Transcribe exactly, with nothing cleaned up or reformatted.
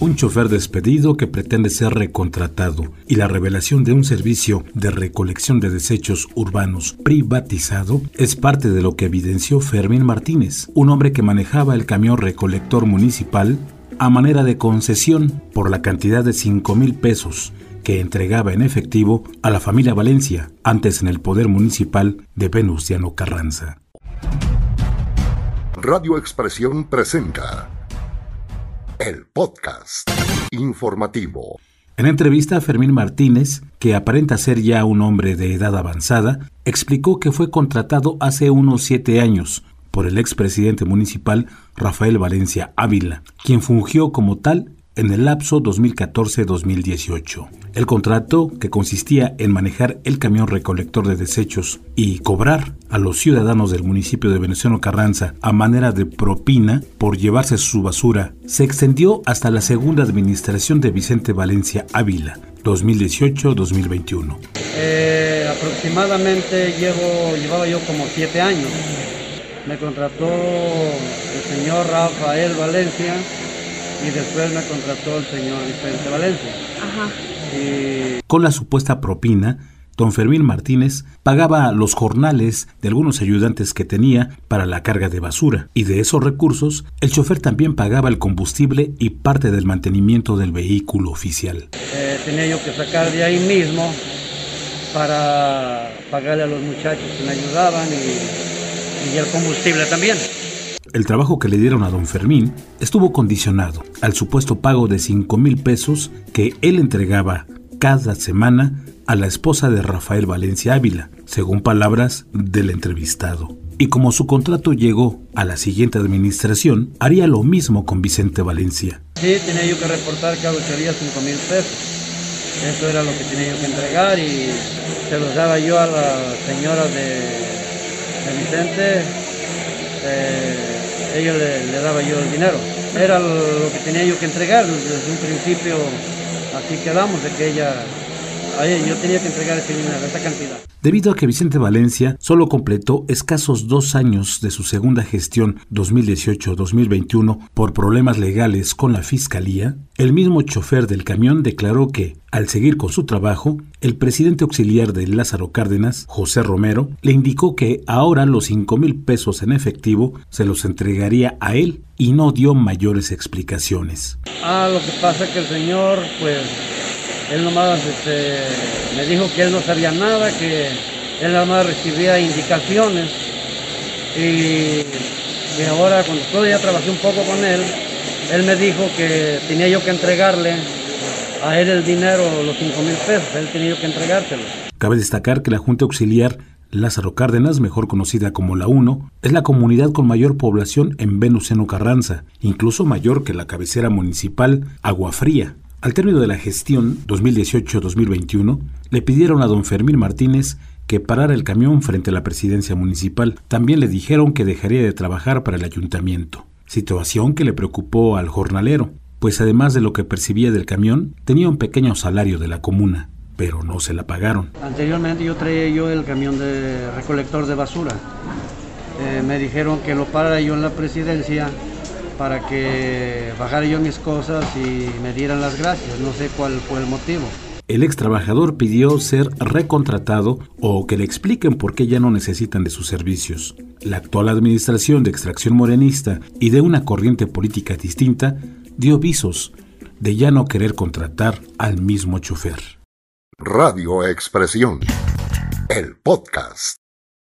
un chofer despedido que pretende ser recontratado y la revelación de un servicio de recolección de desechos urbanos privatizado es parte de lo que evidenció Fermín Martínez, un hombre que manejaba el camión recolector municipal a manera de concesión por la cantidad de cinco mil pesos que entregaba en efectivo a la familia Valencia, antes en el poder municipal de Venustiano Carranza. Radio Expresión presenta el podcast informativo. En entrevista, Fermín Martínez, que aparenta ser ya un hombre de edad avanzada, explicó que fue contratado hace unos siete años por el expresidente municipal Rafael Valencia Ávila, quien fungió como tal en el lapso dos mil catorce a dos mil dieciocho. El contrato, que consistía en manejar el camión recolector de desechos y cobrar a los ciudadanos del municipio de Venustiano Carranza a manera de propina por llevarse su basura, se extendió hasta la segunda administración de Vicente Valencia Ávila, dos mil dieciocho a dos mil veintiuno. Eh, aproximadamente llevo, llevaba yo como siete años. Me contrató el señor Rafael Valencia y después me contrató el señor Vicente Valencia. Ajá. Y... Con la supuesta propina, don Fermín Martínez pagaba los jornales de algunos ayudantes que tenía para la carga de basura, y de esos recursos, el chofer también pagaba el combustible y parte del mantenimiento del vehículo oficial. Eh, tenía yo que sacar de ahí mismo para pagarle a los muchachos que me ayudaban y, y el combustible también. El trabajo que le dieron a don Fermín estuvo condicionado al supuesto pago de cinco mil pesos que él entregaba cada semana a la esposa de Rafael Valencia Ávila, según palabras del entrevistado. Y como su contrato llegó a la siguiente administración, haría lo mismo con Vicente Valencia. Sí, tenía yo que reportar cada ocho días cinco mil pesos. Eso era lo que tenía yo que entregar y se los daba yo a la señora de, de Vicente. Eh, Ella le, le daba yo el dinero. Era lo, lo que tenía yo que entregar desde un principio. Así quedamos de que ella, a ella yo tenía que entregar ese dinero, esa cantidad. Debido a que Vicente Valencia solo completó escasos dos años de su segunda gestión dos mil dieciocho a dos mil veintiuno por problemas legales con la Fiscalía, el mismo chofer del camión declaró que, al seguir con su trabajo, el presidente auxiliar de Lázaro Cárdenas, José Romero, le indicó que ahora los cinco mil pesos en efectivo se los entregaría a él y no dio mayores explicaciones. Ah, lo que pasa es que el señor, pues, él nomás este, me dijo que él no sabía nada, que él nada más recibía indicaciones y, y ahora cuando todavía trabajé un poco con él, él me dijo que tenía yo que entregarle a él el dinero, los cinco mil pesos, él tenía yo que entregárselos. Cabe destacar que la Junta Auxiliar Lázaro Cárdenas, mejor conocida como la uno, es la comunidad con mayor población en Venustiano Carranza, incluso mayor que la cabecera municipal Agua Fría. Al término de la gestión dos mil dieciocho a dos mil veintiuno, le pidieron a don Fermín Martínez que parara el camión frente a la presidencia municipal. También le dijeron que dejaría de trabajar para el ayuntamiento, situación que le preocupó al jornalero, pues además de lo que percibía del camión, tenía un pequeño salario de la comuna, pero no se la pagaron. Anteriormente yo traía yo el camión de recolector de basura. Eh, me dijeron que lo parara yo en la presidencia para que bajara yo mis cosas y me dieran las gracias. No sé cuál fue el motivo. El ex trabajador pidió ser recontratado o que le expliquen por qué ya no necesitan de sus servicios. La actual administración de extracción morenista y de una corriente política distinta dio visos de ya no querer contratar al mismo chofer. Radio Expresión, el podcast.